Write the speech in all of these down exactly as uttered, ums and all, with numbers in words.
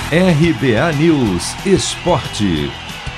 R B A News Esporte.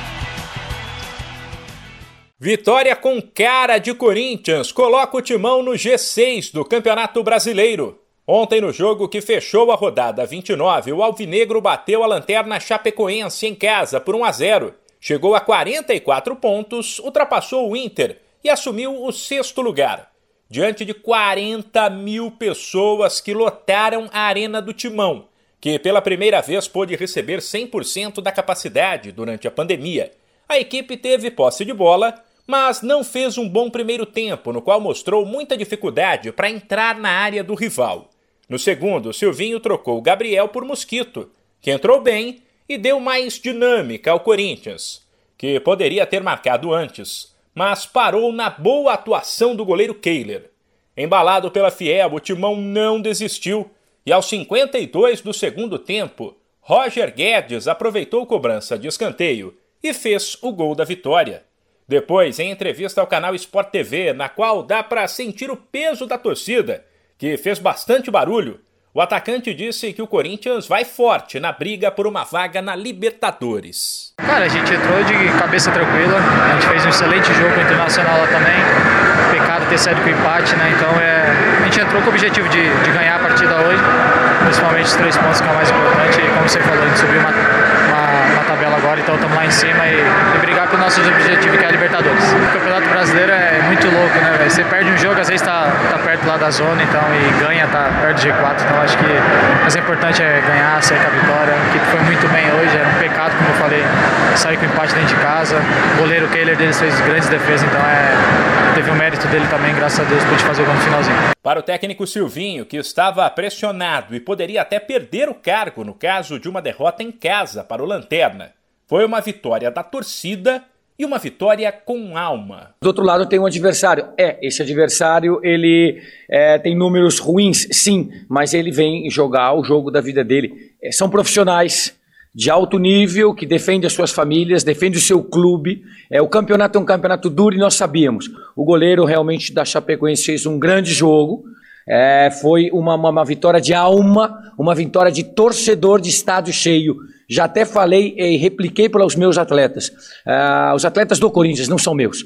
Vitória com cara de Corinthians coloca o Timão no G seis do Campeonato Brasileiro. Ontem, no jogo que fechou a rodada vinte e nove, o Alvinegro bateu a lanterna Chapecoense em casa por um a zero. Chegou a quarenta e quatro pontos, ultrapassou o Inter e assumiu o sexto lugar. Diante de quarenta mil pessoas que lotaram a Arena do Timão, que pela primeira vez pôde receber cem por cento da capacidade durante a pandemia. A equipe teve posse de bola, mas não fez um bom primeiro tempo, no qual mostrou muita dificuldade para entrar na área do rival. No segundo, Silvinho trocou Gabriel por Mosquito, que entrou bem e deu mais dinâmica ao Corinthians, que poderia ter marcado antes, mas parou na boa atuação do goleiro Kehler. Embalado pela Fiel, o Timão não desistiu e aos cinquenta e dois do segundo tempo, Roger Guedes aproveitou cobrança de escanteio e fez o gol da vitória. Depois, em entrevista ao canal Sport T V, na qual dá para sentir o peso da torcida, que fez bastante barulho, o atacante disse que o Corinthians vai forte na briga por uma vaga na Libertadores. Cara, a gente entrou de cabeça tranquila, a gente fez um excelente jogo com o Internacional lá também, pecado ter saído com empate, né? Então é, a gente entrou com o objetivo de, de ganhar a partida hoje, principalmente os três pontos que é o mais importante, e como você falou, a gente subiu uma, uma, uma tabela agora, então estamos lá em cima e, e brigar pelo nosso objetivo, que é a Libertadores. O Campeonato Brasileiro é muito louco, né, véio? Você perde um jogo, às vezes tá, tá perto lá da zona, então, e ganha, tá perto do G quatro, então acho que o mais importante é ganhar, sair com a vitória. A equipe foi muito bem hoje, era um pecado, como eu falei, sair com empate dentro de casa. O goleiro Kehler deles fez grandes defesas, então é, teve o mérito dele também, graças a Deus, pôde fazer o gol no finalzinho. Para o técnico Silvinho, que estava pressionado e poderia até perder o cargo no caso de uma derrota em casa para o Lanterna, foi uma vitória da torcida e uma vitória com alma. Do outro lado tem um adversário. É, esse adversário, ele é, tem números ruins, sim, mas ele vem jogar o jogo da vida dele. É, são profissionais de alto nível, que defendem as suas famílias, defendem o seu clube. É, o campeonato é um campeonato duro e nós sabíamos. O goleiro realmente da Chapecoense fez um grande jogo. É, foi uma, uma, uma vitória de alma, uma vitória de torcedor de estádio cheio. Já até falei e repliquei para os meus atletas. Ah, os atletas do Corinthians não são meus.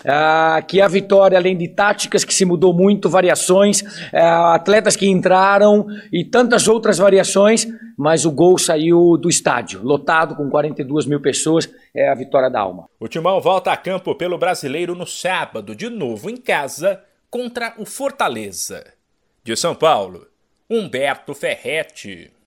Ah, que a vitória, além de táticas que se mudou muito, variações, ah, atletas que entraram e tantas outras variações, mas o gol saiu do estádio, lotado com quarenta e duas mil pessoas, é a vitória da alma. O Timão volta a campo pelo Brasileiro no sábado, de novo em casa, contra o Fortaleza. De São Paulo, Humberto Ferretti.